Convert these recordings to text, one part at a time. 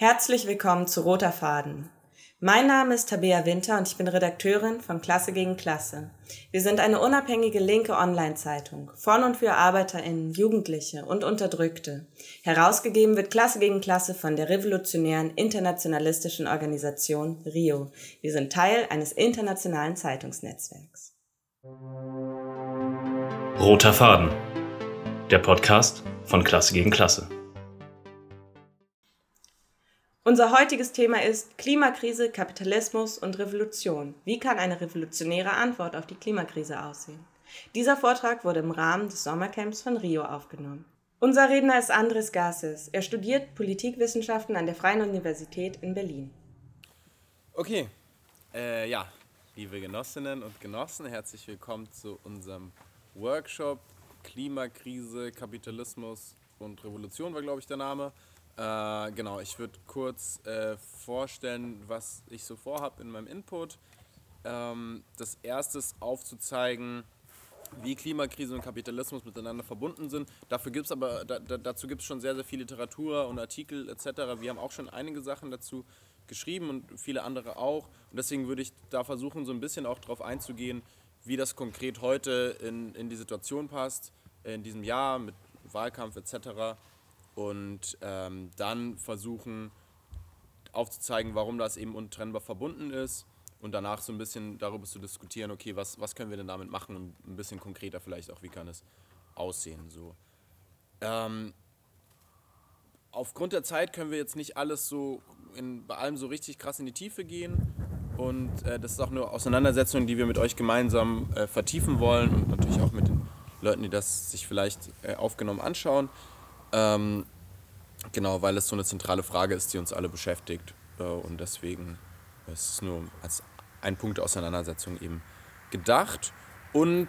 Herzlich willkommen zu Roter Faden. Mein Name ist Tabea Winter und ich bin Redakteurin von Klasse gegen Klasse. Wir sind eine unabhängige linke Online-Zeitung von und für ArbeiterInnen, Jugendliche und Unterdrückte. Herausgegeben wird Klasse gegen Klasse von der revolutionären internationalistischen Organisation RIO. Wir sind Teil eines internationalen Zeitungsnetzwerks. Roter Faden, der Podcast von Klasse gegen Klasse. Unser heutiges Thema ist Klimakrise, Kapitalismus und Revolution. Wie kann eine revolutionäre Antwort auf die Klimakrise aussehen? Dieser Vortrag wurde im Rahmen des Sommercamps von RIO aufgenommen. Unser Redner ist Andres Garces. Er studiert Politikwissenschaften an der Freien Universität in Berlin. Okay, liebe Genossinnen und Genossen, herzlich willkommen zu unserem Workshop Klimakrise, Kapitalismus und Revolution war, glaube ich, der Name. Ich würde kurz vorstellen, was ich so vorhabe in meinem Input. Das erste ist aufzuzeigen, wie Klimakrise und Kapitalismus miteinander verbunden sind. Dazu gibt es schon sehr, sehr viel Literatur und Artikel etc. Wir haben auch schon einige Sachen dazu geschrieben und viele andere auch. Und deswegen würde ich da versuchen, so ein bisschen auch darauf einzugehen, wie das konkret heute in die Situation passt, in diesem Jahr mit Wahlkampf etc. Und dann versuchen aufzuzeigen, warum das eben untrennbar verbunden ist und danach so ein bisschen darüber zu diskutieren, okay, was können wir denn damit machen und ein bisschen konkreter vielleicht auch, wie kann es aussehen. So. Aufgrund der Zeit können wir jetzt nicht alles so bei allem so richtig krass in die Tiefe gehen und das ist auch eine Auseinandersetzung, die wir mit euch gemeinsam vertiefen wollen und natürlich auch mit den Leuten, die das sich vielleicht aufgenommen anschauen. Weil es so eine zentrale Frage ist, die uns alle beschäftigt und deswegen ist es nur als ein Punkt der Auseinandersetzung eben gedacht und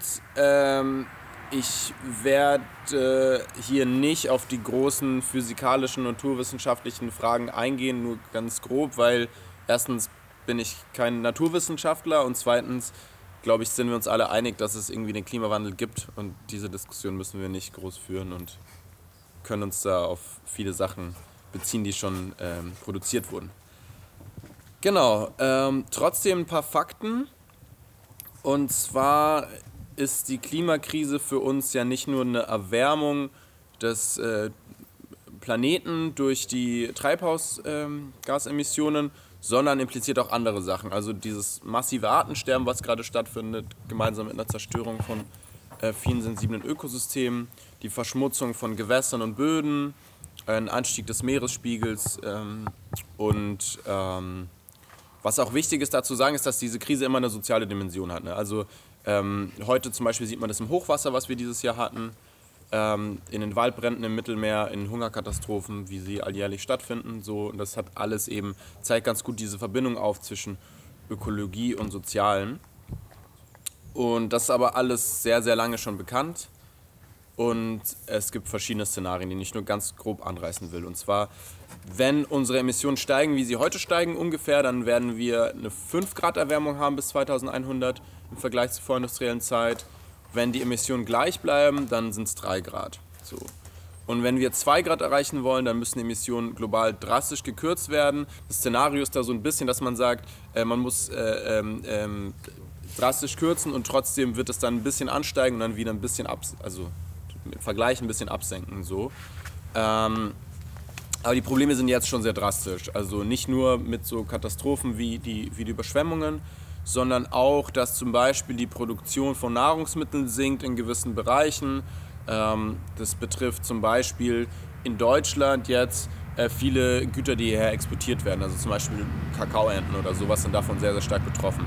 ich werde hier nicht auf die großen physikalischen, naturwissenschaftlichen Fragen eingehen, nur ganz grob, weil erstens bin ich kein Naturwissenschaftler und zweitens, glaube ich, sind wir uns alle einig, dass es irgendwie den Klimawandel gibt und diese Diskussion müssen wir nicht groß führen und können uns da auf viele Sachen beziehen, die schon produziert wurden. Genau, trotzdem ein paar Fakten. Und zwar ist die Klimakrise für uns ja nicht nur eine Erwärmung des Planeten durch die Treibhausgasemissionen, sondern impliziert auch andere Sachen. Also dieses massive Artensterben, was gerade stattfindet, gemeinsam mit einer Zerstörung von vielen sensiblen Ökosystemen, die Verschmutzung von Gewässern und Böden, ein Anstieg des Meeresspiegels und was auch wichtig ist dazu sagen, ist, dass diese Krise immer eine soziale Dimension hat. Ne? Also heute zum Beispiel sieht man das im Hochwasser, was wir dieses Jahr hatten, in den Waldbränden im Mittelmeer, in Hungerkatastrophen, wie sie alljährlich stattfinden. So, und das hat alles eben, zeigt ganz gut diese Verbindung auf zwischen Ökologie und Sozialen. Und das ist aber alles sehr, sehr lange schon bekannt. Und es gibt verschiedene Szenarien, die ich nur ganz grob anreißen will. Und zwar, wenn unsere Emissionen steigen, wie sie heute steigen ungefähr, dann werden wir eine 5 Grad Erwärmung haben bis 2100 im Vergleich zur vorindustriellen Zeit. Wenn die Emissionen gleich bleiben, dann sind es 3 Grad. So. Und wenn wir 2 Grad erreichen wollen, dann müssen Emissionen global drastisch gekürzt werden. Das Szenario ist da so ein bisschen, dass man sagt, man muss drastisch kürzen und trotzdem wird es dann ein bisschen ansteigen und dann wieder ein bisschen im Vergleich ein bisschen absenken. So. Aber die Probleme sind jetzt schon sehr drastisch. Also nicht nur mit so Katastrophen wie die Überschwemmungen, sondern auch, dass zum Beispiel die Produktion von Nahrungsmitteln sinkt in gewissen Bereichen. Das betrifft zum Beispiel in Deutschland jetzt viele Güter, die hierher exportiert werden. Also zum Beispiel Kakaoernten oder sowas sind davon sehr, sehr stark betroffen.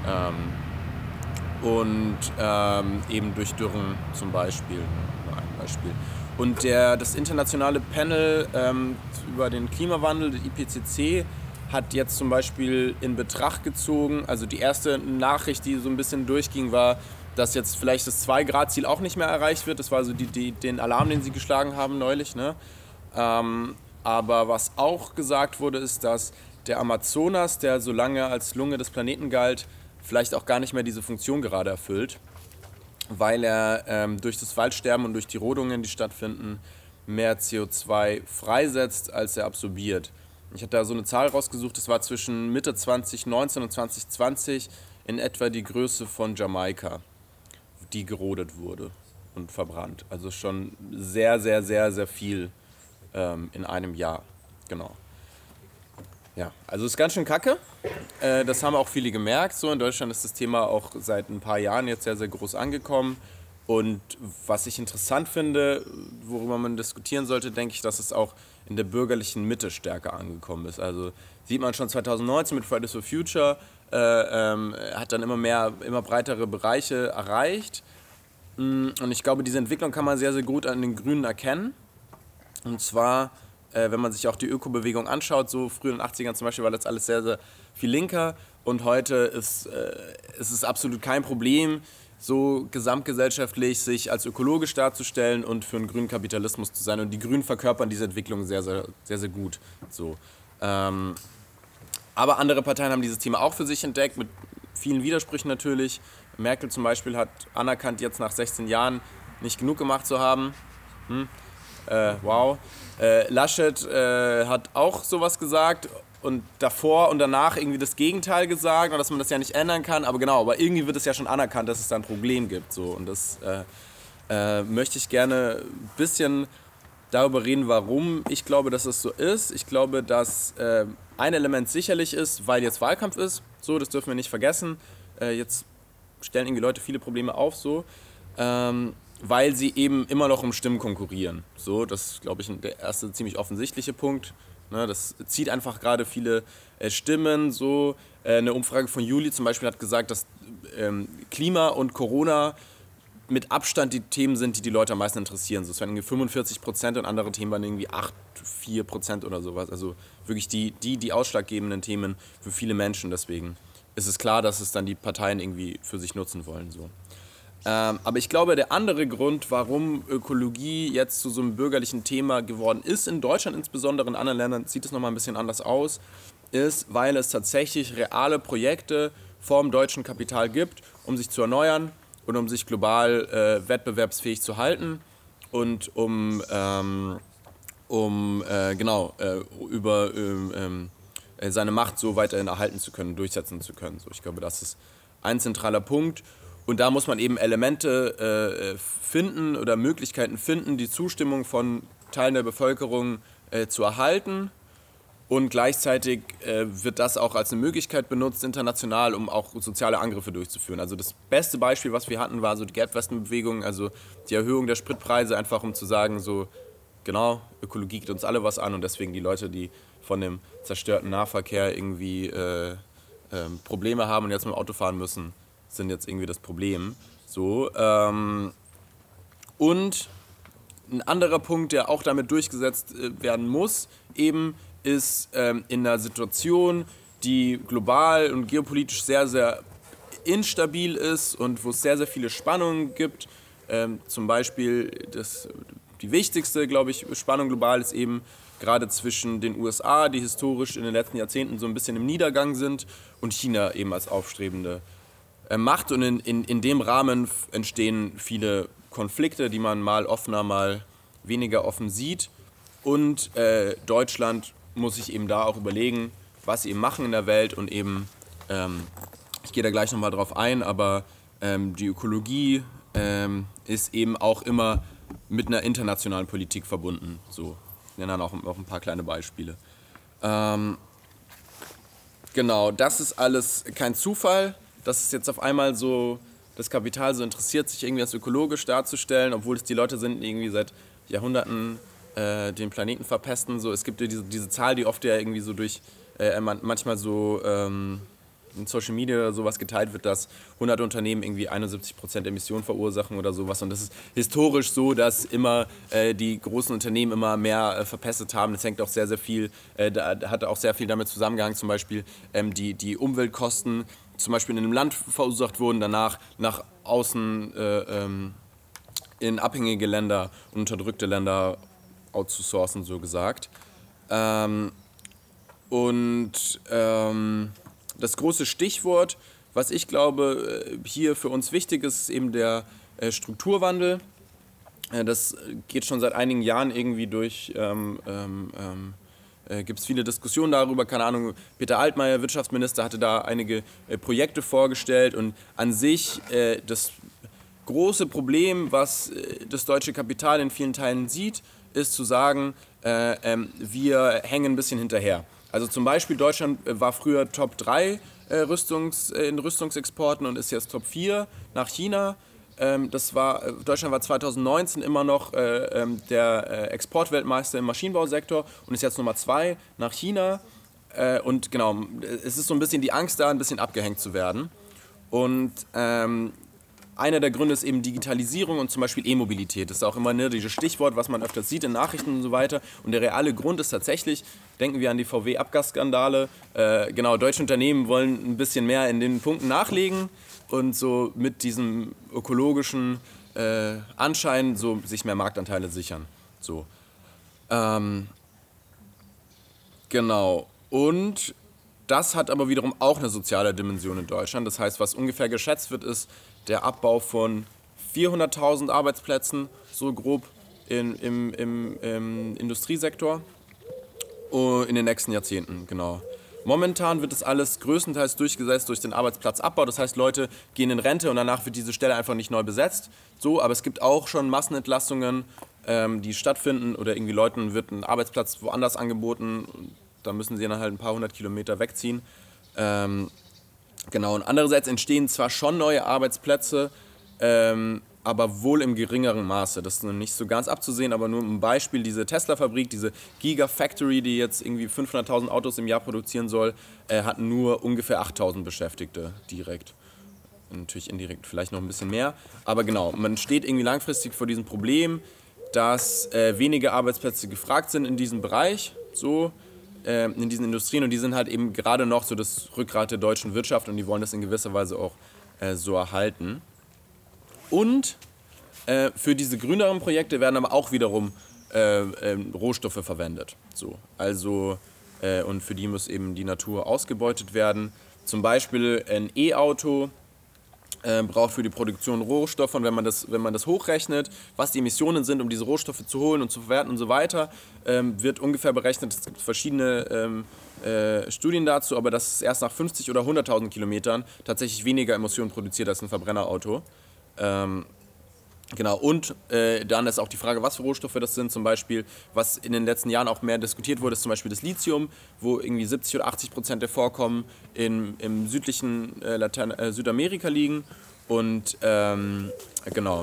Eben durch Dürren zum Beispiel, nur ein Beispiel. Und das internationale Panel über den Klimawandel, das IPCC, hat jetzt zum Beispiel in Betracht gezogen, also die erste Nachricht, die so ein bisschen durchging, war, dass jetzt vielleicht das 2-Grad-Ziel auch nicht mehr erreicht wird. Das war so den Alarm, den sie geschlagen haben neulich. Ne? Aber was auch gesagt wurde, ist, dass der Amazonas, der so lange als Lunge des Planeten galt, vielleicht auch gar nicht mehr diese Funktion gerade erfüllt, weil er durch das Waldsterben und durch die Rodungen, die stattfinden, mehr CO2 freisetzt, als er absorbiert. Ich hatte da so eine Zahl rausgesucht, das war zwischen Mitte 2019 und 2020 in etwa die Größe von Jamaika, die gerodet wurde und verbrannt. Also schon sehr, sehr, sehr, sehr viel in einem Jahr. Genau. Ja, also ist ganz schön kacke. Das haben auch viele gemerkt. So in Deutschland ist das Thema auch seit ein paar Jahren jetzt sehr, sehr groß angekommen. Und was ich interessant finde, worüber man diskutieren sollte, denke ich, dass es auch in der bürgerlichen Mitte stärker angekommen ist. Also sieht man schon 2019 mit Fridays for Future, hat dann immer breitere Bereiche erreicht. Und ich glaube, diese Entwicklung kann man sehr, sehr gut an den Grünen erkennen. Und zwar, wenn man sich auch die Ökobewegung anschaut, so früher in den 80ern zum Beispiel war das alles sehr, sehr viel linker. Und heute ist es absolut kein Problem, so gesamtgesellschaftlich sich als ökologisch darzustellen und für einen grünen Kapitalismus zu sein. Und die Grünen verkörpern diese Entwicklung sehr, sehr, sehr, sehr gut. So. Aber andere Parteien haben dieses Thema auch für sich entdeckt, mit vielen Widersprüchen natürlich. Merkel zum Beispiel hat anerkannt, jetzt nach 16 Jahren nicht genug gemacht zu haben. Wow. Laschet hat auch sowas gesagt und davor und danach irgendwie das Gegenteil gesagt und dass man das ja nicht ändern kann. Aber genau, aber irgendwie wird es ja schon anerkannt, dass es da ein Problem gibt. So. Und das möchte ich gerne ein bisschen darüber reden, warum ich glaube, dass es so ist. Ich glaube, dass ein Element sicherlich ist, weil jetzt Wahlkampf ist. So, das dürfen wir nicht vergessen. Jetzt stellen irgendwie Leute viele Probleme auf, so. Weil sie eben immer noch um Stimmen konkurrieren. So, das ist, glaube ich, der erste ziemlich offensichtliche Punkt. Ne, das zieht einfach gerade viele Stimmen. So. Eine Umfrage von Juli zum Beispiel hat gesagt, dass Klima und Corona mit Abstand die Themen sind, die die Leute am meisten interessieren. So, es waren irgendwie 45% und andere Themen waren irgendwie 4% oder sowas. Also wirklich die ausschlaggebenden Themen für viele Menschen. Deswegen ist es klar, dass es dann die Parteien irgendwie für sich nutzen wollen. So. Aber ich glaube, der andere Grund, warum Ökologie jetzt zu so einem bürgerlichen Thema geworden ist, in Deutschland insbesondere, in anderen Ländern sieht es nochmal ein bisschen anders aus, ist, weil es tatsächlich reale Projekte vom deutschen Kapital gibt, um sich zu erneuern und um sich global wettbewerbsfähig zu halten und über seine Macht so weiterhin erhalten zu können, durchsetzen zu können. So, ich glaube, das ist ein zentraler Punkt. Und da muss man eben Elemente finden oder Möglichkeiten finden, die Zustimmung von Teilen der Bevölkerung zu erhalten. Und gleichzeitig wird das auch als eine Möglichkeit benutzt, international, um auch soziale Angriffe durchzuführen. Also das beste Beispiel, was wir hatten, war so die Gelbwestenbewegung, also die Erhöhung der Spritpreise, einfach um zu sagen, so genau, Ökologie geht uns alle was an und deswegen die Leute, die von dem zerstörten Nahverkehr irgendwie Probleme haben und jetzt mit dem Auto fahren müssen, sind jetzt irgendwie das Problem. So, und ein anderer Punkt, der auch damit durchgesetzt werden muss, eben ist in einer Situation, die global und geopolitisch sehr, sehr instabil ist und wo es sehr, sehr viele Spannungen gibt. Zum Beispiel die wichtigste, glaube ich, Spannung global ist eben gerade zwischen den USA, die historisch in den letzten Jahrzehnten so ein bisschen im Niedergang sind, und China eben als aufstrebende Macht. Und in dem Rahmen entstehen viele Konflikte, die man mal offener, mal weniger offen sieht. Und Deutschland muss sich eben da auch überlegen, was sie eben machen in der Welt. Und eben, ich gehe da gleich nochmal drauf ein, aber die Ökologie ist eben auch immer mit einer internationalen Politik verbunden. So, ich nenne dann auch ein paar kleine Beispiele. Genau, das ist alles kein Zufall, dass es jetzt auf einmal so, das Kapital so interessiert, sich irgendwie als ökologisch darzustellen, obwohl es die Leute sind, die irgendwie seit Jahrhunderten den Planeten verpesten. So, es gibt ja diese Zahl, die oft ja irgendwie so durch, manchmal so in Social Media oder sowas geteilt wird, dass 100 Unternehmen irgendwie 71% Emissionen verursachen oder sowas. Und das ist historisch so, dass immer die großen Unternehmen immer mehr verpestet haben. Das hängt auch sehr, sehr viel, hat auch sehr viel damit zusammengehangen, zum Beispiel die Umweltkosten zum Beispiel in einem Land verursacht wurden, danach nach außen in abhängige Länder und unterdrückte Länder outzusourcen, so gesagt. Das große Stichwort, was ich glaube hier für uns wichtig ist, ist eben der Strukturwandel. Das geht schon seit einigen Jahren irgendwie durch gibt es viele Diskussionen darüber, keine Ahnung, Peter Altmaier, Wirtschaftsminister, hatte da einige Projekte vorgestellt und an sich das große Problem, was das deutsche Kapital in vielen Teilen sieht, ist zu sagen, wir hängen ein bisschen hinterher. Also zum Beispiel Deutschland war früher Top 3 in Rüstungsexporten und ist jetzt Top 4 nach China. Deutschland war 2019 immer noch der Exportweltmeister im Maschinenbausektor und ist jetzt Nummer 2 nach China. Und genau, es ist so ein bisschen die Angst da, ein bisschen abgehängt zu werden. Und einer der Gründe ist eben Digitalisierung und zum Beispiel E-Mobilität. Das ist auch immer dieses Stichwort, was man öfters sieht in Nachrichten und so weiter. Und der reale Grund ist tatsächlich, denken wir an die VW-Abgasskandale, deutsche Unternehmen wollen ein bisschen mehr in den Punkten nachlegen und so mit diesem ökologischen Anschein so sich mehr Marktanteile sichern. So. Genau. Und das hat aber wiederum auch eine soziale Dimension in Deutschland. Das heißt, was ungefähr geschätzt wird, ist der Abbau von 400.000 Arbeitsplätzen, so grob im Industriesektor in den nächsten Jahrzehnten, genau. Momentan wird das alles größtenteils durchgesetzt durch den Arbeitsplatzabbau. Das heißt, Leute gehen in Rente und danach wird diese Stelle einfach nicht neu besetzt. So, aber es gibt auch schon Massenentlassungen, die stattfinden oder irgendwie Leuten wird ein Arbeitsplatz woanders angeboten. Da müssen sie dann halt ein paar hundert Kilometer wegziehen. Genau, und andererseits entstehen zwar schon neue Arbeitsplätze, aber wohl im geringeren Maße. Das ist noch nicht so ganz abzusehen, aber nur ein Beispiel, diese Tesla-Fabrik, diese Gigafactory, die jetzt irgendwie 500.000 Autos im Jahr produzieren soll, hat nur ungefähr 8.000 Beschäftigte direkt. Natürlich indirekt vielleicht noch ein bisschen mehr, aber genau, man steht irgendwie langfristig vor diesem Problem, dass wenige Arbeitsplätze gefragt sind in diesem Bereich, so in diesen Industrien, und die sind halt eben gerade noch so das Rückgrat der deutschen Wirtschaft und die wollen das in gewisser Weise auch so erhalten. Und für diese grüneren Projekte werden aber auch wiederum Rohstoffe verwendet. So. Also, und für die muss eben die Natur ausgebeutet werden. Zum Beispiel ein E-Auto braucht für die Produktion Rohstoffe, und wenn man das hochrechnet, was die Emissionen sind, um diese Rohstoffe zu holen und zu verwerten und so weiter, wird ungefähr berechnet, es gibt verschiedene Studien dazu, aber dass es erst nach 50 oder 100.000 Kilometern tatsächlich weniger Emissionen produziert als ein Verbrennerauto. Genau, und dann ist auch die Frage, was für Rohstoffe das sind. Zum Beispiel, was in den letzten Jahren auch mehr diskutiert wurde, ist zum Beispiel das Lithium, wo irgendwie 70 oder 80% der Vorkommen im südlichen Südamerika liegen. Und genau,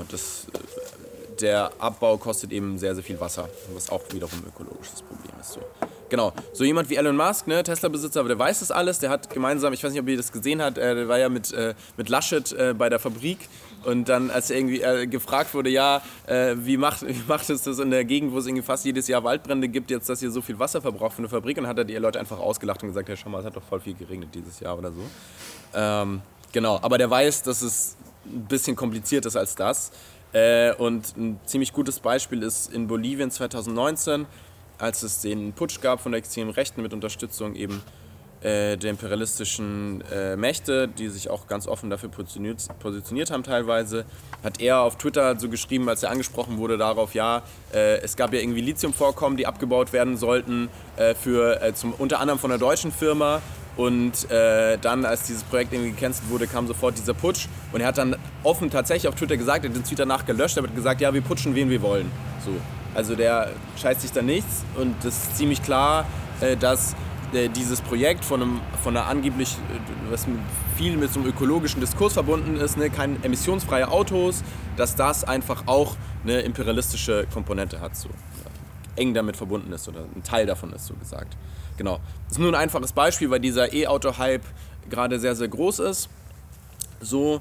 der Abbau kostet eben sehr, sehr viel Wasser, was auch wiederum ein ökologisches Problem ist. So. Genau, so jemand wie Elon Musk, ne, Tesla-Besitzer, aber der weiß das alles, der hat gemeinsam, ich weiß nicht, ob ihr das gesehen habt, der war ja mit Laschet bei der Fabrik, und dann, als er irgendwie gefragt wurde, ja, wie macht es das in der Gegend, wo es irgendwie fast jedes Jahr Waldbrände gibt, jetzt, dass ihr so viel Wasser verbraucht für eine Fabrik, und dann hat er die Leute einfach ausgelacht und gesagt, ja, schau mal, es hat doch voll viel geregnet dieses Jahr oder so. Genau, aber der weiß, dass es ein bisschen kompliziert ist als das. Und ein ziemlich gutes Beispiel ist in Bolivien 2019, als es den Putsch gab von der extremen Rechten mit Unterstützung eben der imperialistischen Mächte, die sich auch ganz offen dafür positioniert haben teilweise, hat er auf Twitter so geschrieben, als er angesprochen wurde darauf, ja, es gab ja irgendwie Lithiumvorkommen, die abgebaut werden sollten, unter anderem von einer deutschen Firma. Und dann, als dieses Projekt irgendwie gecancelt wurde, kam sofort dieser Putsch. Und er hat dann offen tatsächlich auf Twitter gesagt, er hat den Tweet danach gelöscht, er hat gesagt, ja, wir putschen, wen wir wollen. So. Also der scheißt sich da nichts, und das ist ziemlich klar, dass dieses Projekt von einer angeblich, was viel mit so einem ökologischen Diskurs verbunden ist, ne, keine emissionsfreie Autos, dass das einfach auch eine imperialistische Komponente hat, so, ja, eng damit verbunden ist oder ein Teil davon ist, so gesagt. Genau. Das ist nur ein einfaches Beispiel, weil dieser E-Auto-Hype gerade sehr, sehr groß ist. So,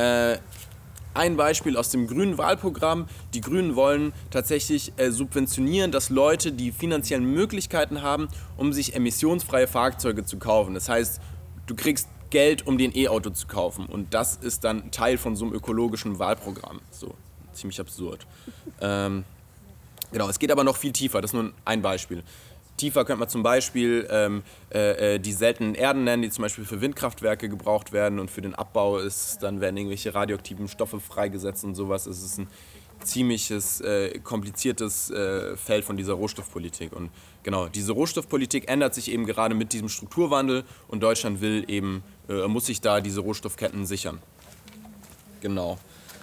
ein Beispiel aus dem grünen Wahlprogramm. Die Grünen wollen tatsächlich subventionieren, dass Leute die finanziellen Möglichkeiten haben, um sich emissionsfreie Fahrzeuge zu kaufen. Das heißt, du kriegst Geld, um dir ein E-Auto zu kaufen. Und das ist dann Teil von so einem ökologischen Wahlprogramm. So, ziemlich absurd. Genau, es geht aber noch viel tiefer. Das ist nur ein Beispiel. Tiefer könnte man zum Beispiel die seltenen Erden nennen, die zum Beispiel für Windkraftwerke gebraucht werden, und für den Abbau werden irgendwelche radioaktiven Stoffe freigesetzt und sowas. Es ist ein ziemliches kompliziertes Feld von dieser Rohstoffpolitik. Und genau, diese Rohstoffpolitik ändert sich eben gerade mit diesem Strukturwandel und Deutschland muss sich da diese Rohstoffketten sichern. Genau.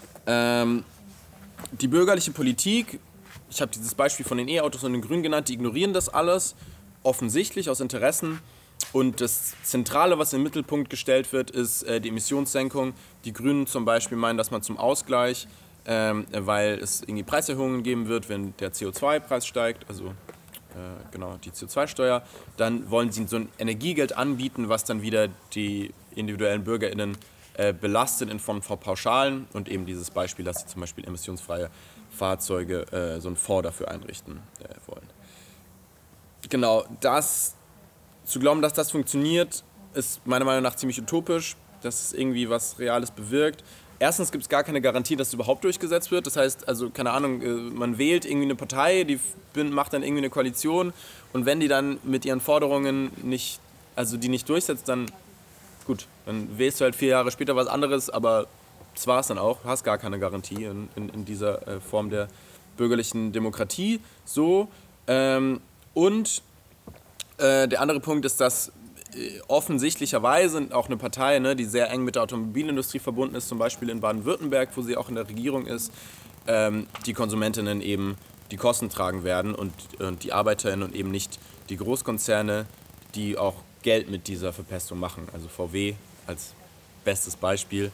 Die bürgerliche Politik, ich habe dieses Beispiel von den E-Autos und den Grünen genannt, die ignorieren das alles, offensichtlich aus Interessen. Und das Zentrale, was im Mittelpunkt gestellt wird, ist die Emissionssenkung. Die Grünen zum Beispiel meinen, dass man zum Ausgleich, weil es irgendwie Preiserhöhungen geben wird, wenn der CO2-Preis steigt, also die CO2-Steuer, dann wollen sie so ein Energiegeld anbieten, was dann wieder die individuellen BürgerInnen belastet in Form von Pauschalen und eben dieses Beispiel, dass sie zum Beispiel emissionsfreie Fahrzeuge so einen Fonds dafür einrichten wollen. Genau, zu glauben, dass das funktioniert, ist meiner Meinung nach ziemlich utopisch, dass es irgendwie was Reales bewirkt. Erstens gibt es gar keine Garantie, dass es überhaupt durchgesetzt wird. Das heißt, also keine Ahnung, man wählt irgendwie eine Partei, die macht dann irgendwie eine Koalition und wenn die dann mit ihren Forderungen nicht durchsetzt, dann gut, dann wählst du halt 4 Jahre später was anderes, aber das war es dann auch. Du hast gar keine Garantie in dieser Form der bürgerlichen Demokratie. So. Und der andere Punkt ist, dass offensichtlicherweise auch eine Partei, ne, die sehr eng mit der Automobilindustrie verbunden ist, zum Beispiel in Baden-Württemberg, wo sie auch in der Regierung ist, die Konsumentinnen eben die Kosten tragen werden und die Arbeiterinnen und eben nicht die Großkonzerne, die auch Geld mit dieser Verpestung machen. Also VW als bestes Beispiel.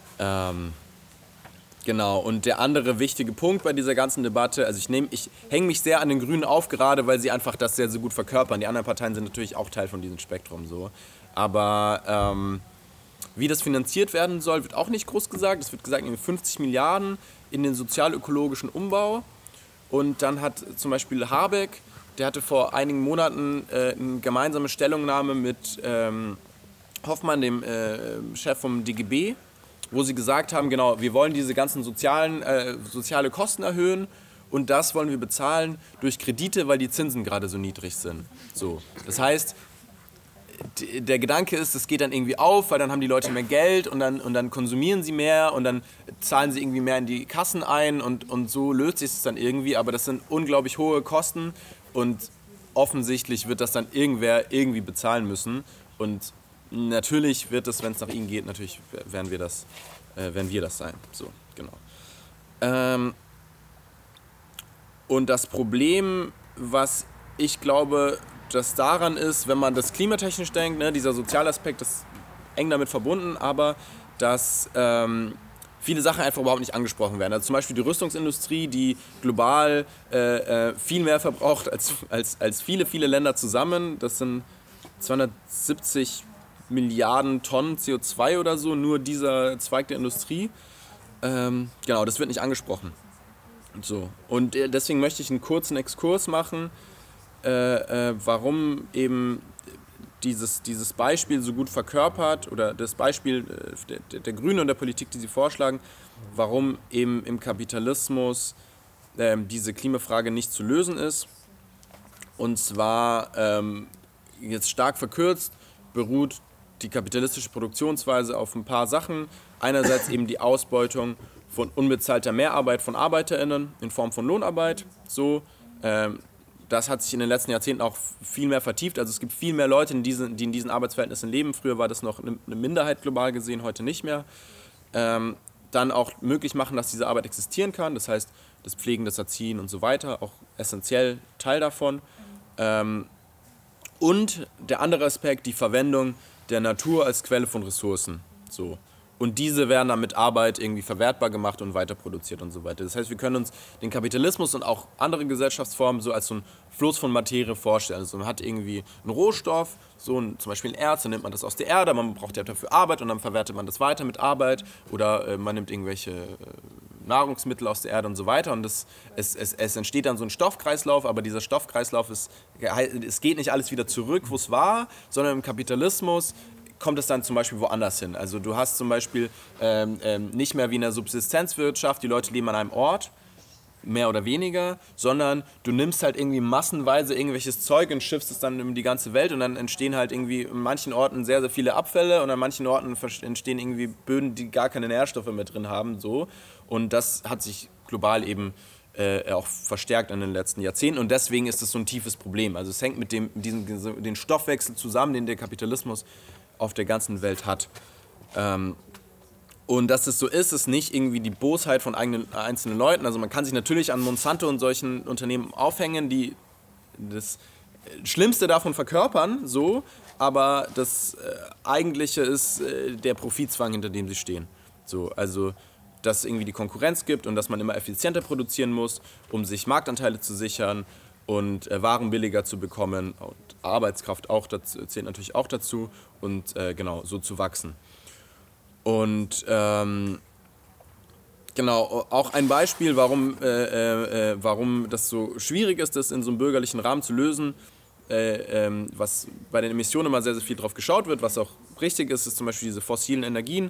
Genau, und der andere wichtige Punkt bei dieser ganzen Debatte, also ich hänge mich sehr an den Grünen auf, gerade weil sie einfach das sehr, sehr gut verkörpern. Die anderen Parteien sind natürlich auch Teil von diesem Spektrum so. Aber wie das finanziert werden soll, wird auch nicht groß gesagt. Es wird gesagt, 50 Milliarden in den sozial-ökologischen Umbau. Und dann hat zum Beispiel Habeck, der hatte vor einigen Monaten eine gemeinsame Stellungnahme mit Hoffmann, dem Chef vom DGB, wo sie gesagt haben, genau, wir wollen diese ganzen soziale Kosten erhöhen und das wollen wir bezahlen durch Kredite, weil die Zinsen gerade so niedrig sind. So. Das heißt, der Gedanke ist, es geht dann irgendwie auf, weil dann haben die Leute mehr Geld und dann konsumieren sie mehr und dann zahlen sie irgendwie mehr in die Kassen ein und so löst sich es dann irgendwie, aber das sind unglaublich hohe Kosten und offensichtlich wird das dann irgendwer irgendwie bezahlen müssen und natürlich wird es, wenn es nach ihnen geht, natürlich werden wir das sein. So, genau. Und das Problem, was ich glaube, das daran ist, wenn man das klimatechnisch denkt, ne, dieser Sozialaspekt ist eng damit verbunden, aber dass viele Sachen einfach überhaupt nicht angesprochen werden. Also zum Beispiel die Rüstungsindustrie, die global viel mehr verbraucht als viele, viele Länder zusammen. Das sind 270 Milliarden Tonnen CO2 oder so, nur dieser Zweig der Industrie. Genau, das wird nicht angesprochen. So. Und deswegen möchte ich einen kurzen Exkurs machen, warum eben dieses Beispiel so gut verkörpert oder das Beispiel der Grünen und der Politik, die sie vorschlagen, warum eben im Kapitalismus diese Klimafrage nicht zu lösen ist. Und zwar, jetzt stark verkürzt, beruht die kapitalistische Produktionsweise auf ein paar Sachen. Einerseits eben die Ausbeutung von unbezahlter Mehrarbeit von ArbeiterInnen in Form von Lohnarbeit. So, das hat sich in den letzten Jahrzehnten auch viel mehr vertieft. Also es gibt viel mehr Leute, die in diesen Arbeitsverhältnissen leben. Früher war das noch eine Minderheit global gesehen, heute nicht mehr. Dann auch möglich machen, dass diese Arbeit existieren kann. Das heißt, das Pflegen, das Erziehen und so weiter, auch essentiell Teil davon. Und der andere Aspekt, die Verwendung der Natur als Quelle von Ressourcen. So. Und diese werden dann mit Arbeit irgendwie verwertbar gemacht und weiter produziert und so weiter. Das heißt, wir können uns den Kapitalismus und auch andere Gesellschaftsformen so als so ein Fluss von Materie vorstellen. Also man hat irgendwie einen Rohstoff, zum Beispiel ein Erz, dann nimmt man das aus der Erde, man braucht ja dafür Arbeit und dann verwertet man das weiter mit Arbeit oder man nimmt irgendwelche Nahrungsmittel aus der Erde und so weiter und es entsteht dann so ein Stoffkreislauf, aber dieser Stoffkreislauf es geht nicht alles wieder zurück, wo es war, sondern im Kapitalismus kommt es dann zum Beispiel woanders hin. Also du hast zum Beispiel nicht mehr wie in der Subsistenzwirtschaft, die Leute leben an einem Ort, mehr oder weniger, sondern du nimmst halt irgendwie massenweise irgendwelches Zeug und schiffst es dann um die ganze Welt und dann entstehen halt irgendwie an manchen Orten sehr, sehr viele Abfälle und an manchen Orten entstehen irgendwie Böden, die gar keine Nährstoffe mehr drin haben, so. Und das hat sich global eben auch verstärkt in den letzten Jahrzehnten und deswegen ist es so ein tiefes Problem. Also es hängt mit den Stoffwechsel zusammen, den der Kapitalismus auf der ganzen Welt hat. Und dass es so ist nicht irgendwie die Bosheit von einzelnen Leuten. Also man kann sich natürlich an Monsanto und solchen Unternehmen aufhängen, die das Schlimmste davon verkörpern, so, aber das Eigentliche ist der Profitzwang, hinter dem sie stehen. So, also dass es irgendwie die Konkurrenz gibt und dass man immer effizienter produzieren muss, um sich Marktanteile zu sichern und Waren billiger zu bekommen und Arbeitskraft auch dazu, zählt natürlich auch dazu und genau, so zu wachsen. Und genau, auch ein Beispiel, warum das so schwierig ist, das in so einem bürgerlichen Rahmen zu lösen, was bei den Emissionen immer sehr, sehr viel drauf geschaut wird, was auch richtig ist, ist zum Beispiel diese fossilen Energien.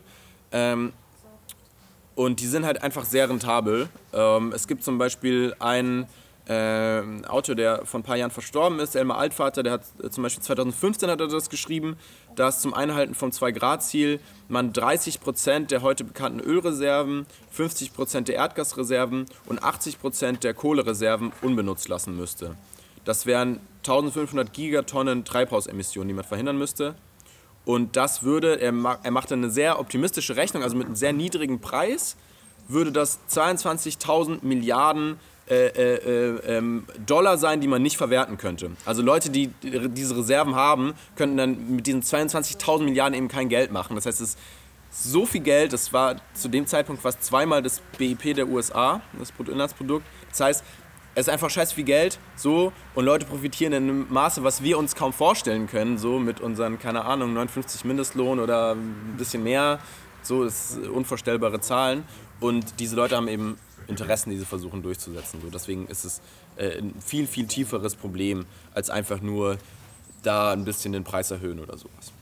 Und die sind halt einfach sehr rentabel. Es gibt zum Beispiel einen Autor, der vor ein paar Jahren verstorben ist, Elmar Altvater, der hat zum Beispiel 2015 hat er das geschrieben, dass zum Einhalten vom 2-Grad-Ziel man 30% der heute bekannten Ölreserven, 50% der Erdgasreserven und 80% der Kohlereserven unbenutzt lassen müsste. Das wären 1500 Gigatonnen Treibhausemissionen, die man verhindern müsste. Und das würde, er macht eine sehr optimistische Rechnung, also mit einem sehr niedrigen Preis, würde das 22.000 Milliarden Dollar sein, die man nicht verwerten könnte. Also Leute, die diese Reserven haben, könnten dann mit diesen 22.000 Milliarden eben kein Geld machen. Das heißt, es ist so viel Geld, das war zu dem Zeitpunkt fast zweimal das BIP der USA, das Bruttoinlandsprodukt. Das heißt, es ist einfach scheiß viel Geld, so, und Leute profitieren in einem Maße, was wir uns kaum vorstellen können, so mit unseren, keine Ahnung, 59 Mindestlohn oder ein bisschen mehr, so, das sind unvorstellbare Zahlen. Und diese Leute haben eben Interessen, die sie versuchen durchzusetzen. So. Deswegen ist es ein viel, viel tieferes Problem, als einfach nur da ein bisschen den Preis erhöhen oder sowas.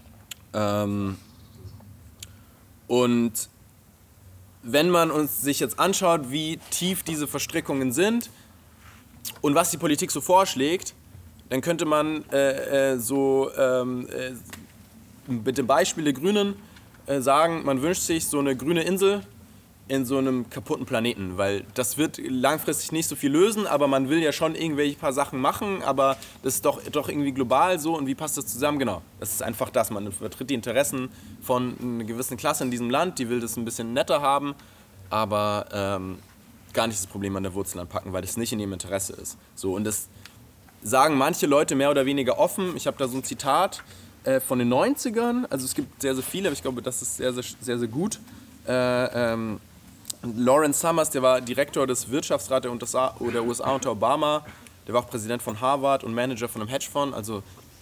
Und wenn man uns sich jetzt anschaut, wie tief diese Verstrickungen sind und was die Politik so vorschlägt, dann könnte man mit dem Beispiel der Grünen sagen, man wünscht sich so eine grüne Insel in so einem kaputten Planeten, weil das wird langfristig nicht so viel lösen, aber man will ja schon irgendwelche paar Sachen machen, aber das ist doch irgendwie global so, und wie passt das zusammen? Genau, das ist einfach das, man vertritt die Interessen von einer gewissen Klasse in diesem Land, die will das ein bisschen netter haben, aber gar nicht das Problem an der Wurzel anpacken, weil das nicht in ihrem Interesse ist. So, und das sagen manche Leute mehr oder weniger offen. Ich habe da so ein Zitat von den 90ern, also es gibt sehr, sehr viele, aber ich glaube, das ist sehr, sehr, sehr, sehr gut. Lawrence Summers, der war Direktor des Wirtschaftsrats der USA unter Obama, der war auch Präsident von Harvard und Manager von einem Hedgefonds, also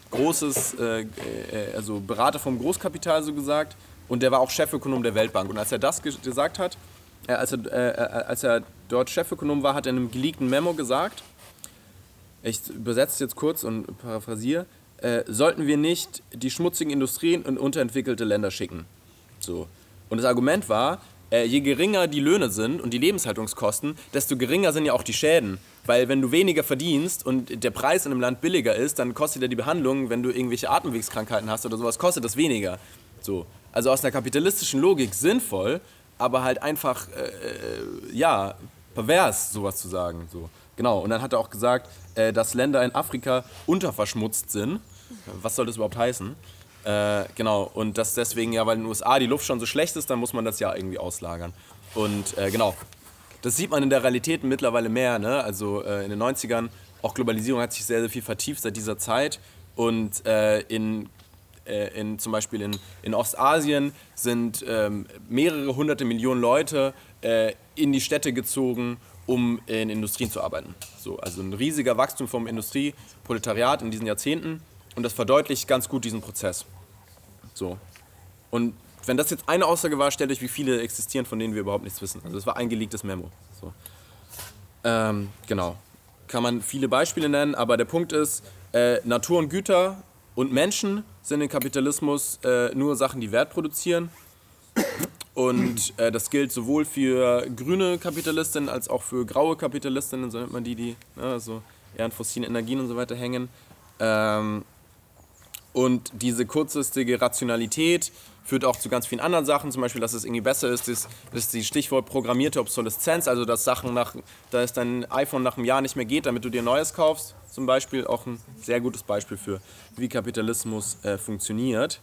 also Berater vom Großkapital so gesagt, und der war auch Chefökonom der Weltbank. Und als er das gesagt hat, als er dort Chefökonom war, hat er in einem geleakten Memo gesagt, ich übersetze es jetzt kurz und paraphrasiere, sollten wir nicht die schmutzigen Industrien in unterentwickelte Länder schicken. So. Und das Argument war, je geringer die Löhne sind und die Lebenshaltungskosten, desto geringer sind ja auch die Schäden. Weil wenn du weniger verdienst und der Preis in einem Land billiger ist, dann kostet ja die Behandlung, wenn du irgendwelche Atemwegskrankheiten hast oder sowas, kostet das weniger. So. Also aus einer kapitalistischen Logik sinnvoll, aber halt einfach, pervers, sowas zu sagen. So. Genau. Und dann hat er auch gesagt, dass Länder in Afrika unterverschmutzt sind. Was soll das überhaupt heißen? Genau, und das deswegen ja, weil in den USA die Luft schon so schlecht ist, dann muss man das ja irgendwie auslagern. Und genau, das sieht man in der Realität mittlerweile mehr, ne? Also in den 90ern, auch Globalisierung hat sich sehr, sehr viel vertieft seit dieser Zeit. Und zum Beispiel in Ostasien sind mehrere hunderte Millionen Leute in die Städte gezogen, um in Industrien zu arbeiten. So, also ein riesiger Wachstum vom Industrieproletariat in diesen Jahrzehnten. Und das verdeutlicht ganz gut diesen Prozess. So. Und wenn das jetzt eine Aussage war, stellt euch, wie viele existieren, von denen wir überhaupt nichts wissen. Also das war ein geleaktes Memo. So. Genau. Kann man viele Beispiele nennen, aber der Punkt ist, Natur und Güter und Menschen sind im Kapitalismus nur Sachen, die Wert produzieren. Und das gilt sowohl für grüne Kapitalistinnen als auch für graue Kapitalistinnen, so nennt man die so eher an fossilen Energien und so weiter hängen. Und diese kurzfristige Rationalität führt auch zu ganz vielen anderen Sachen, zum Beispiel, dass es irgendwie besser ist, das die Stichwort programmierte Obsoleszenz, also dass da es dein iPhone nach einem Jahr nicht mehr geht, damit du dir ein neues kaufst, zum Beispiel auch ein sehr gutes Beispiel für, wie Kapitalismus funktioniert.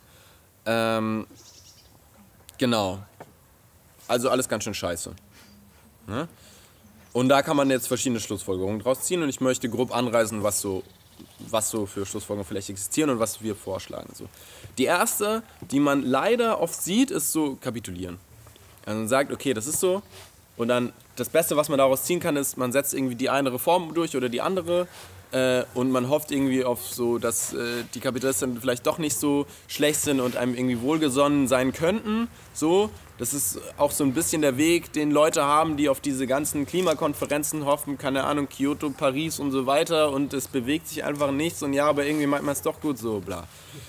Genau. Also alles ganz schön scheiße. Ne? Und da kann man jetzt verschiedene Schlussfolgerungen draus ziehen und ich möchte grob anreißen, was so für Schlussfolgerungen vielleicht existieren und was wir vorschlagen. So. Die erste, die man leider oft sieht, ist so kapitulieren. Also man sagt, okay, das ist so und dann das Beste, was man daraus ziehen kann, ist, man setzt irgendwie die eine Reform durch oder die andere und man hofft irgendwie auf so, dass die Kapitalisten vielleicht doch nicht so schlecht sind und einem irgendwie wohlgesonnen sein könnten. So, das ist auch so ein bisschen der Weg, den Leute haben, die auf diese ganzen Klimakonferenzen hoffen, keine Ahnung, Kyoto, Paris und so weiter und es bewegt sich einfach nichts und ja, aber irgendwie meint man es doch gut so, bla.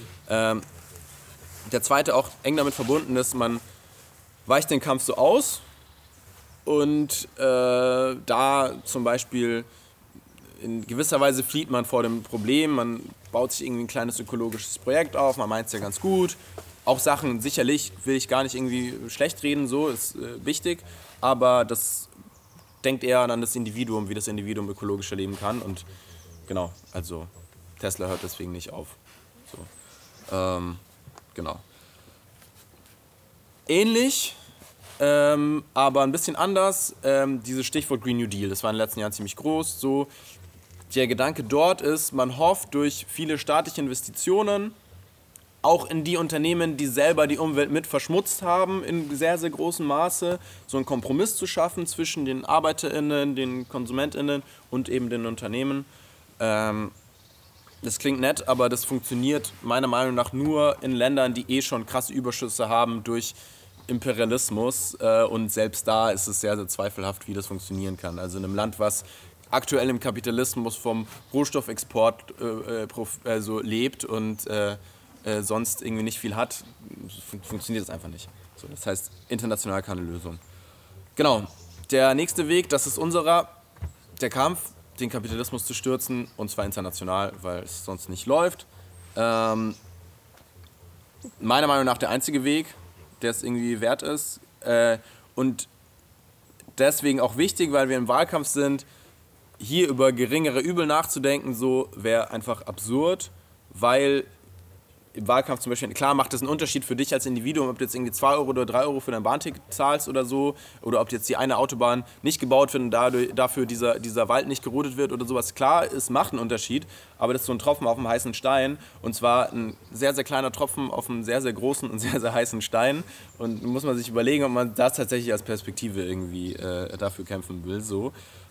Der zweite, auch eng damit verbunden ist, man weicht den Kampf so aus und da zum Beispiel in gewisser Weise flieht man vor dem Problem, man baut sich irgendwie ein kleines ökologisches Projekt auf, man meint es ja ganz gut. Auch Sachen, sicherlich will ich gar nicht irgendwie schlecht reden, so ist wichtig, aber das denkt eher an das Individuum, wie das Individuum ökologischer leben kann und genau, also Tesla hört deswegen nicht auf. So. Genau. Ähnlich, aber ein bisschen anders, dieses Stichwort Green New Deal, das war in den letzten Jahren ziemlich groß, so. Der Gedanke dort ist, man hofft durch viele staatliche Investitionen, auch in die Unternehmen, die selber die Umwelt mit verschmutzt haben, in sehr, sehr großem Maße, so einen Kompromiss zu schaffen zwischen den ArbeiterInnen, den KonsumentInnen und eben den Unternehmen. Das klingt nett, aber das funktioniert meiner Meinung nach nur in Ländern, die schon krasse Überschüsse haben durch Imperialismus. Und selbst da ist es sehr, sehr zweifelhaft, wie das funktionieren kann. Also in einem Land, was aktuell im Kapitalismus vom Rohstoffexport lebt und sonst irgendwie nicht viel hat, funktioniert das einfach nicht. So, das heißt, international keine Lösung. Genau, der nächste Weg, das ist der Kampf, den Kapitalismus zu stürzen, und zwar international, weil es sonst nicht läuft. Meiner Meinung nach der einzige Weg, der es irgendwie wert ist. Und deswegen auch wichtig, weil wir im Wahlkampf sind, hier über geringere Übel nachzudenken, so wäre einfach absurd, weil im Wahlkampf zum Beispiel, klar macht das einen Unterschied für dich als Individuum, ob du jetzt irgendwie 2 Euro oder 3 Euro für dein Bahnticket zahlst oder so, oder ob jetzt die eine Autobahn nicht gebaut wird und dafür dieser Wald nicht gerodet wird oder sowas. Klar, es macht einen Unterschied, aber das ist so ein Tropfen auf dem heißen Stein, und zwar ein sehr, sehr kleiner Tropfen auf einem sehr, sehr großen und sehr, sehr heißen Stein, und muss man sich überlegen, ob man das tatsächlich als Perspektive irgendwie dafür kämpfen will, so.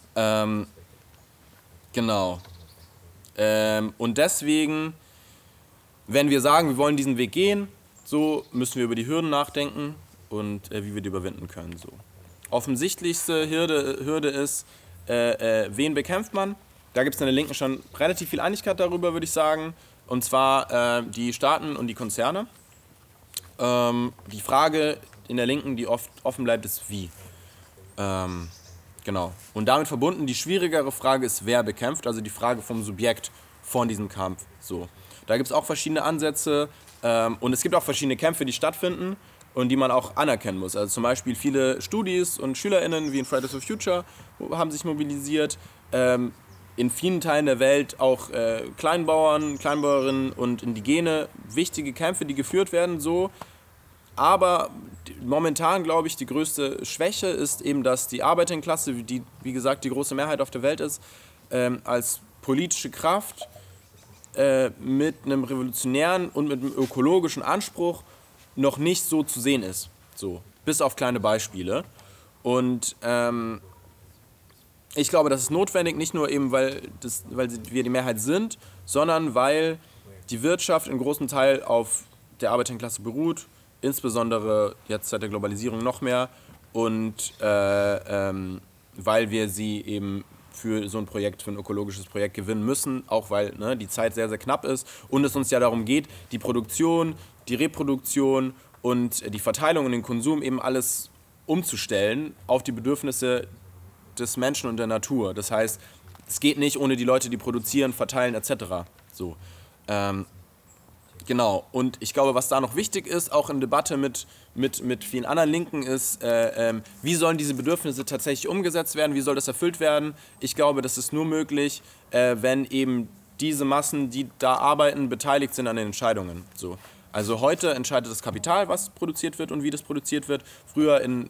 Genau. Und deswegen, wenn wir sagen, wir wollen diesen Weg gehen, so müssen wir über die Hürden nachdenken und wie wir die überwinden können. So. Offensichtlichste Hürde ist, wen bekämpft man? Da gibt es in der Linken schon relativ viel Einigkeit darüber, würde ich sagen. Und zwar die Staaten und die Konzerne. Die Frage in der Linken, die oft offen bleibt, ist wie. Genau. Und damit verbunden, die schwierigere Frage ist, wer bekämpft, also die Frage vom Subjekt von diesem Kampf. So. Da gibt es auch verschiedene Ansätze und es gibt auch verschiedene Kämpfe, die stattfinden und die man auch anerkennen muss. Also zum Beispiel viele Studis und SchülerInnen wie in Fridays for Future haben sich mobilisiert. In vielen Teilen der Welt auch Kleinbauern, Kleinbäuerinnen und Indigene, wichtige Kämpfe, die geführt werden, so. Aber momentan, glaube ich, die größte Schwäche ist eben, dass die Arbeiterklasse, die, wie gesagt, die große Mehrheit auf der Welt ist, als politische Kraft mit einem revolutionären und mit einem ökologischen Anspruch noch nicht so zu sehen ist. So, bis auf kleine Beispiele. Und ich glaube, das ist notwendig, nicht nur eben, weil wir die Mehrheit sind, sondern weil die Wirtschaft in großem Teil auf der Arbeiterklasse beruht, insbesondere jetzt seit der Globalisierung noch mehr, und weil wir sie eben für so ein Projekt, für ein ökologisches Projekt gewinnen müssen, auch weil die Zeit sehr, sehr knapp ist und es uns ja darum geht, die Produktion, die Reproduktion und die Verteilung und den Konsum eben alles umzustellen auf die Bedürfnisse des Menschen und der Natur. Das heißt, es geht nicht ohne die Leute, die produzieren, verteilen etc. So. Genau, und ich glaube, was da noch wichtig ist, auch in Debatte mit vielen anderen Linken, ist, wie sollen diese Bedürfnisse tatsächlich umgesetzt werden, wie soll das erfüllt werden? Ich glaube, das ist nur möglich, wenn eben diese Massen, die da arbeiten, beteiligt sind an den Entscheidungen. So. Also heute entscheidet das Kapital, was produziert wird und wie das produziert wird. Früher in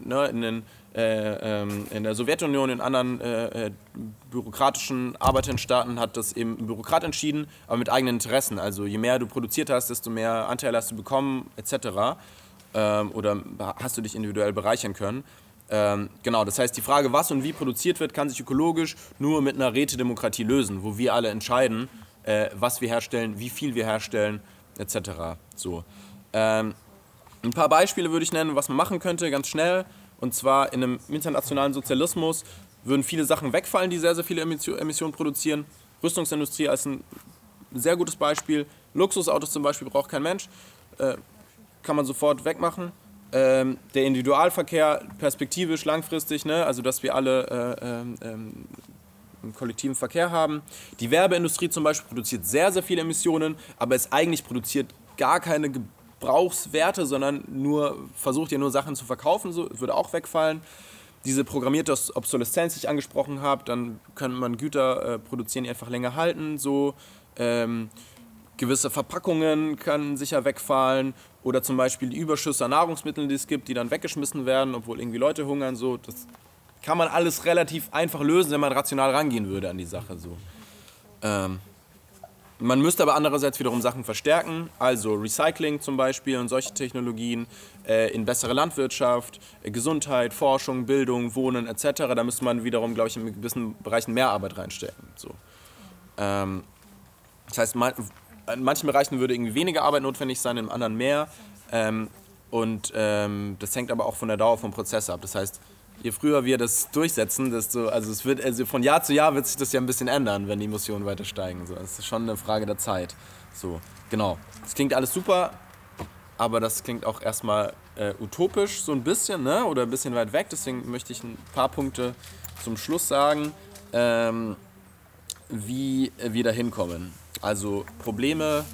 der Sowjetunion, in anderen bürokratischen Arbeiterstaaten hat das eben ein Bürokrat entschieden, aber mit eigenen Interessen. Also je mehr du produziert hast, desto mehr Anteile hast du bekommen, etc. Oder hast du dich individuell bereichern können. Genau, das heißt, die Frage, was und wie produziert wird, kann sich ökologisch nur mit einer Rätedemokratie lösen, wo wir alle entscheiden, was wir herstellen, wie viel wir herstellen, etc. So. Ein paar Beispiele würde ich nennen, was man machen könnte, ganz schnell. Und zwar in einem internationalen Sozialismus würden viele Sachen wegfallen, die sehr, sehr viele Emissionen produzieren. Rüstungsindustrie als ein sehr gutes Beispiel. Luxusautos zum Beispiel braucht kein Mensch. Kann man sofort wegmachen. Der Individualverkehr perspektivisch, langfristig, ne? Also dass wir alle einen kollektiven Verkehr haben. Die Werbeindustrie zum Beispiel produziert sehr, sehr viele Emissionen, aber es eigentlich produziert gar keine Gebrauchswerte, sondern versucht ja nur Sachen zu verkaufen, so würde auch wegfallen. Diese programmierte Obsoleszenz, die ich angesprochen habe, dann kann man Güter produzieren, die einfach länger halten, so gewisse Verpackungen können sicher wegfallen oder zum Beispiel die Überschüsse an Nahrungsmitteln, die es gibt, die dann weggeschmissen werden, obwohl irgendwie Leute hungern, so, das kann man alles relativ einfach lösen, wenn man rational rangehen würde an die Sache, so. Man müsste aber andererseits wiederum Sachen verstärken, also Recycling zum Beispiel und solche Technologien, in bessere Landwirtschaft, Gesundheit, Forschung, Bildung, Wohnen etc. Da müsste man wiederum, glaube ich, in gewissen Bereichen mehr Arbeit reinstecken. So. Das heißt, in manchen Bereichen würde irgendwie weniger Arbeit notwendig sein, in anderen mehr. Das hängt aber auch von der Dauer vom Prozess ab. Das heißt, je früher wir das durchsetzen, desto, also von Jahr zu Jahr wird sich das ja ein bisschen ändern, wenn die Emissionen weiter steigen. So, das ist schon eine Frage der Zeit. So, genau. Das klingt alles super, aber das klingt auch erstmal utopisch so ein bisschen, ne? Oder ein bisschen weit weg. Deswegen möchte ich ein paar Punkte zum Schluss sagen, wie wir da hinkommen. Also Probleme,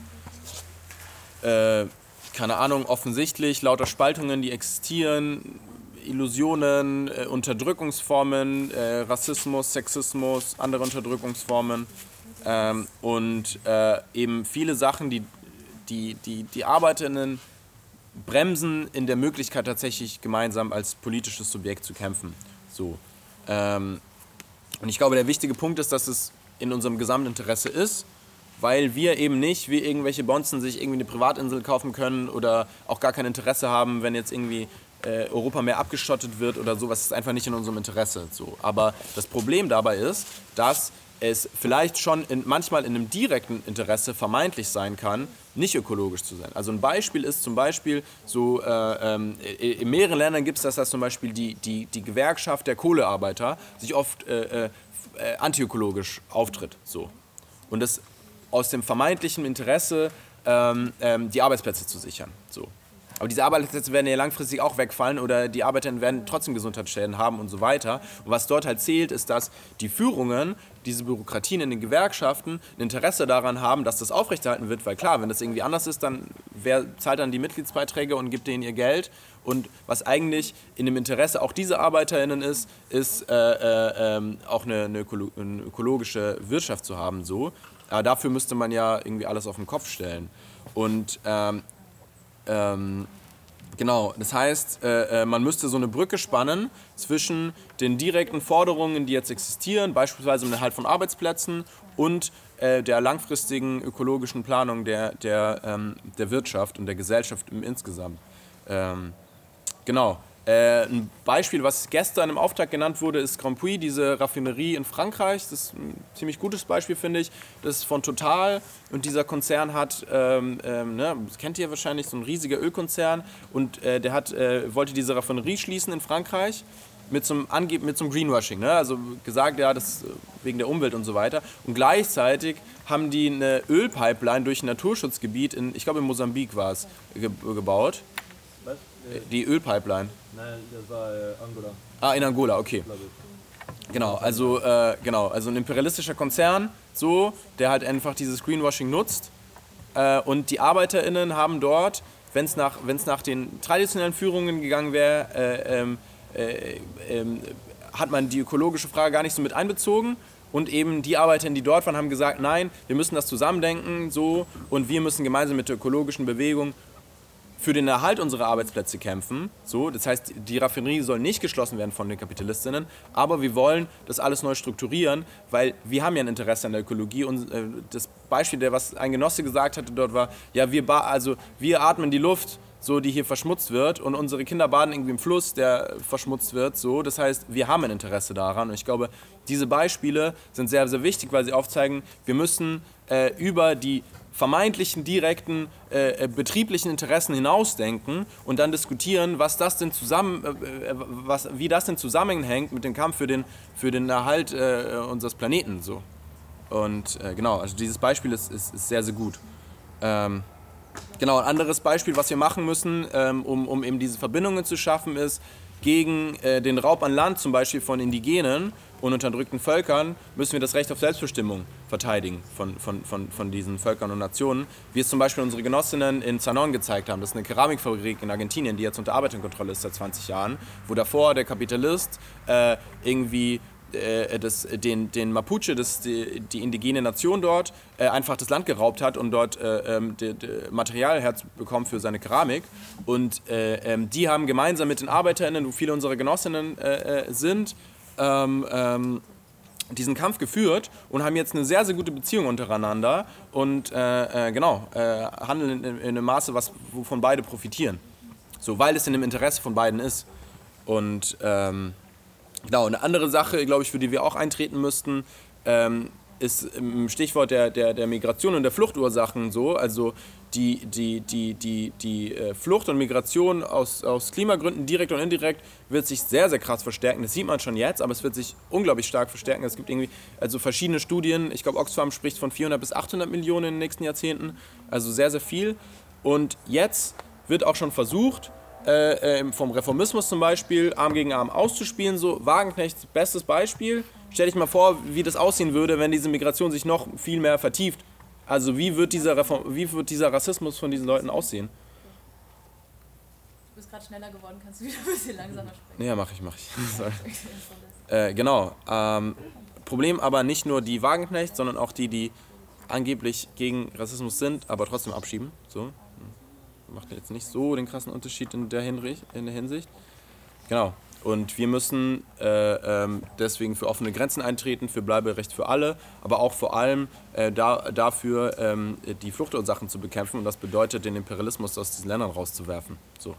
keine Ahnung, offensichtlich, lauter Spaltungen, die existieren, Illusionen, Unterdrückungsformen, Rassismus, Sexismus, andere Unterdrückungsformen und eben viele Sachen, die Arbeiterinnen bremsen in der Möglichkeit tatsächlich gemeinsam als politisches Subjekt zu kämpfen. So. Und ich glaube, der wichtige Punkt ist, dass es in unserem Gesamtinteresse ist, weil wir eben nicht wie irgendwelche Bonzen sich irgendwie eine Privatinsel kaufen können oder auch gar kein Interesse haben, wenn jetzt irgendwie Europa mehr abgeschottet wird oder sowas, ist einfach nicht in unserem Interesse. So. Aber das Problem dabei ist, dass es vielleicht schon manchmal in einem direkten Interesse vermeintlich sein kann, nicht ökologisch zu sein. Also ein Beispiel ist zum Beispiel, so, in mehreren Ländern gibt es das, dass zum Beispiel die Gewerkschaft der Kohlearbeiter sich oft antiökologisch auftritt. So. Und das aus dem vermeintlichen Interesse, die Arbeitsplätze zu sichern. So. Aber diese Arbeitsplätze werden ja langfristig auch wegfallen oder die Arbeiter werden trotzdem Gesundheitsschäden haben und so weiter. Und was dort halt zählt, ist, dass die Führungen, diese Bürokratien in den Gewerkschaften ein Interesse daran haben, dass das aufrechterhalten wird, weil klar, wenn das irgendwie anders ist, dann wer zahlt dann die Mitgliedsbeiträge und gibt denen ihr Geld? Und was eigentlich in dem Interesse auch dieser ArbeiterInnen ist auch eine ökologische Wirtschaft zu haben. So. Aber dafür müsste man ja irgendwie alles auf den Kopf stellen. Und genau, das heißt, man müsste so eine Brücke spannen zwischen den direkten Forderungen, die jetzt existieren, beispielsweise um den Erhalt von Arbeitsplätzen und der langfristigen ökologischen Planung der Wirtschaft und der Gesellschaft insgesamt. Genau. Ein Beispiel, was gestern im Auftakt genannt wurde, ist Grandpuits, diese Raffinerie in Frankreich. Das ist ein ziemlich gutes Beispiel, finde ich. Das ist von Total und dieser Konzern hat, das kennt ihr wahrscheinlich, so ein riesiger Ölkonzern und der wollte diese Raffinerie schließen in Frankreich mit so einem Greenwashing. Ne? Also gesagt, ja, das ist wegen der Umwelt und so weiter. Und gleichzeitig haben die eine Ölpipeline durch ein Naturschutzgebiet, ich glaube in Mosambik war es, gebaut. Was? Die Ölpipeline. Nein, das war Angola. Ah, in Angola, okay. Genau, also ein imperialistischer Konzern, so, der halt einfach dieses Greenwashing nutzt, Und die ArbeiterInnen haben dort, wenn es nach den traditionellen Führungen gegangen wäre, hat man die ökologische Frage gar nicht so mit einbezogen. Und eben die ArbeiterInnen, die dort waren, haben gesagt, nein, wir müssen das zusammendenken so, und wir müssen gemeinsam mit der ökologischen Bewegung für den Erhalt unserer Arbeitsplätze kämpfen. So, das heißt, die Raffinerie soll nicht geschlossen werden von den Kapitalistinnen, aber wir wollen das alles neu strukturieren, weil wir haben ja ein Interesse an der Ökologie. Und das Beispiel, was ein Genosse gesagt hatte dort war, ja, wir atmen die Luft, so, die hier verschmutzt wird, und unsere Kinder baden irgendwie im Fluss, der verschmutzt wird. So. Das heißt, wir haben ein Interesse daran. Und ich glaube, diese Beispiele sind sehr, sehr wichtig, weil sie aufzeigen, wir müssen über die vermeintlichen direkten betrieblichen Interessen hinausdenken und dann diskutieren, wie das denn zusammenhängt mit dem Kampf für den Erhalt unseres Planeten. So. Und genau, also dieses Beispiel ist sehr, sehr gut. Genau, ein anderes Beispiel, was wir machen müssen, um eben diese Verbindungen zu schaffen, ist, gegen den Raub an Land zum Beispiel von indigenen und unterdrückten Völkern müssen wir das Recht auf Selbstbestimmung verteidigen von diesen Völkern und Nationen. Wie es zum Beispiel unsere Genossinnen in Zanon gezeigt haben. Das ist eine Keramikfabrik in Argentinien, die jetzt unter Arbeiterkontrolle ist seit 20 Jahren, wo davor der Kapitalist irgendwie den Mapuche, die indigene Nation dort, einfach das Land geraubt hat und dort Material herzubekommen für seine Keramik. Und die haben gemeinsam mit den ArbeiterInnen, wo viele unserer Genossinnen sind, diesen Kampf geführt und haben jetzt eine sehr, sehr gute Beziehung untereinander und handeln in einem Maße, wovon beide profitieren. So, weil es in dem Interesse von beiden ist. Und genau, eine andere Sache, glaube ich, für die wir auch eintreten müssten, ist im Stichwort der Migration und der Fluchtursachen so. Also die Flucht und Migration aus Klimagründen, direkt und indirekt, wird sich sehr, sehr krass verstärken. Das sieht man schon jetzt, aber es wird sich unglaublich stark verstärken. Es gibt irgendwie verschiedene Studien. Ich glaube, Oxfam spricht von 400 bis 800 Millionen in den nächsten Jahrzehnten. Also sehr, sehr viel. Und jetzt wird auch schon versucht, vom Reformismus zum Beispiel, Arm gegen Arm auszuspielen. So, Wagenknecht, bestes Beispiel. Stell dich mal vor, wie das aussehen würde, wenn diese Migration sich noch viel mehr vertieft. Also wie wird dieser Rassismus von diesen Leuten aussehen? Du bist gerade schneller geworden, kannst du wieder ein bisschen langsamer sprechen? Ja, mach ich. Genau. Problem aber nicht nur die Wagenknecht, sondern auch die angeblich gegen Rassismus sind, aber trotzdem abschieben. So. Macht jetzt nicht so den krassen Unterschied in der Hinsicht. Genau. Und wir müssen deswegen für offene Grenzen eintreten, für Bleiberecht für alle, aber auch vor allem dafür, die Fluchtursachen zu bekämpfen. Und das bedeutet, den Imperialismus aus diesen Ländern rauszuwerfen. So.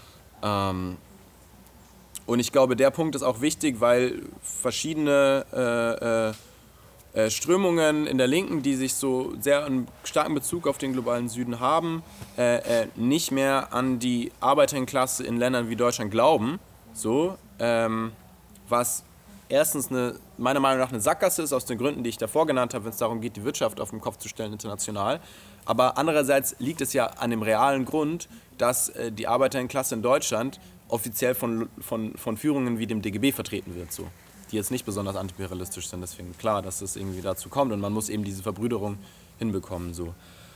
Und ich glaube, der Punkt ist auch wichtig, weil verschiedene Strömungen in der Linken, die sich so sehr einen starken Bezug auf den globalen Süden haben, nicht mehr an die Arbeiterinnenklasse in Ländern wie Deutschland glauben. So, was erstens meiner Meinung nach eine Sackgasse ist, aus den Gründen, die ich davor genannt habe, wenn es darum geht, die Wirtschaft auf den Kopf zu stellen international. Aber andererseits liegt es ja an dem realen Grund, dass die Arbeiterinnenklasse in Deutschland offiziell von Führungen wie dem DGB vertreten wird, so, die jetzt nicht besonders antiimperialistisch sind. Deswegen klar, dass es irgendwie dazu kommt und man muss eben diese Verbrüderung hinbekommen. So.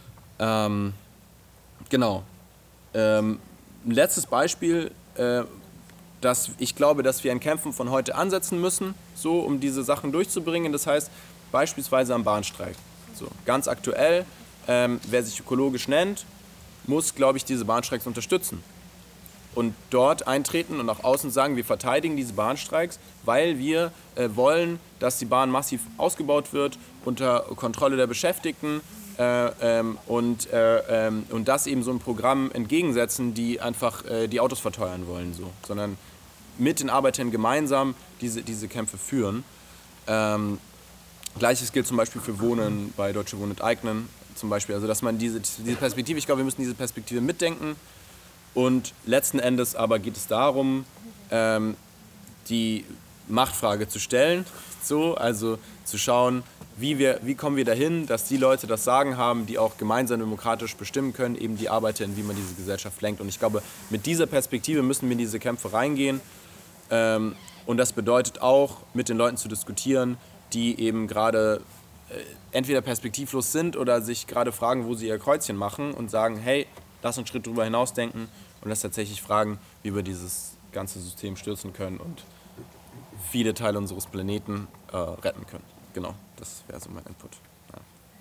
Genau. Ein letztes Beispiel, dass ich glaube, dass wir ein Kämpfen von heute ansetzen müssen, so, um diese Sachen durchzubringen. Das heißt beispielsweise am Bahnstreik. So, ganz aktuell, wer sich ökologisch nennt, muss, glaube ich, diese Bahnstreiks unterstützen. Und dort eintreten und nach außen sagen, wir verteidigen diese Bahnstreiks, weil wir wollen, dass die Bahn massiv ausgebaut wird unter Kontrolle der Beschäftigten und das eben so ein Programm entgegensetzen, die einfach die Autos verteuern wollen, so, sondern mit den Arbeitern gemeinsam diese Kämpfe führen. Gleiches gilt zum Beispiel für Wohnen bei Deutsche Wohnen enteignen zum Beispiel, also dass man diese Perspektive, ich glaube, wir müssen diese Perspektive mitdenken. Und letzten Endes aber geht es darum, die Machtfrage zu stellen, so, also zu schauen, wie kommen wir dahin, dass die Leute das Sagen haben, die auch gemeinsam demokratisch bestimmen können, eben die Arbeiter, in wie man diese Gesellschaft lenkt. Und ich glaube, mit dieser Perspektive müssen wir in diese Kämpfe reingehen. Und das bedeutet auch, mit den Leuten zu diskutieren, die eben gerade entweder perspektivlos sind oder sich gerade fragen, wo sie ihr Kreuzchen machen und sagen, hey, lass einen Schritt drüber hinausdenken und das tatsächlich fragen, wie wir dieses ganze System stürzen können und viele Teile unseres Planeten retten können. Genau, das wäre so mein Input. Ja.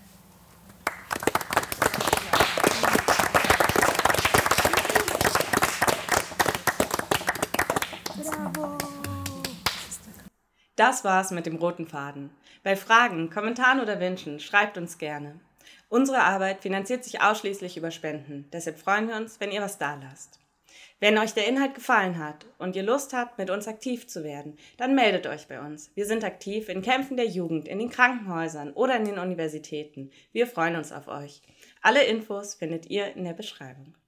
Das war's mit dem roten Faden. Bei Fragen, Kommentaren oder Wünschen schreibt uns gerne. Unsere Arbeit finanziert sich ausschließlich über Spenden, deshalb freuen wir uns, wenn ihr was dalasst. Wenn euch der Inhalt gefallen hat und ihr Lust habt, mit uns aktiv zu werden, dann meldet euch bei uns. Wir sind aktiv in Kämpfen der Jugend, in den Krankenhäusern oder in den Universitäten. Wir freuen uns auf euch. Alle Infos findet ihr in der Beschreibung.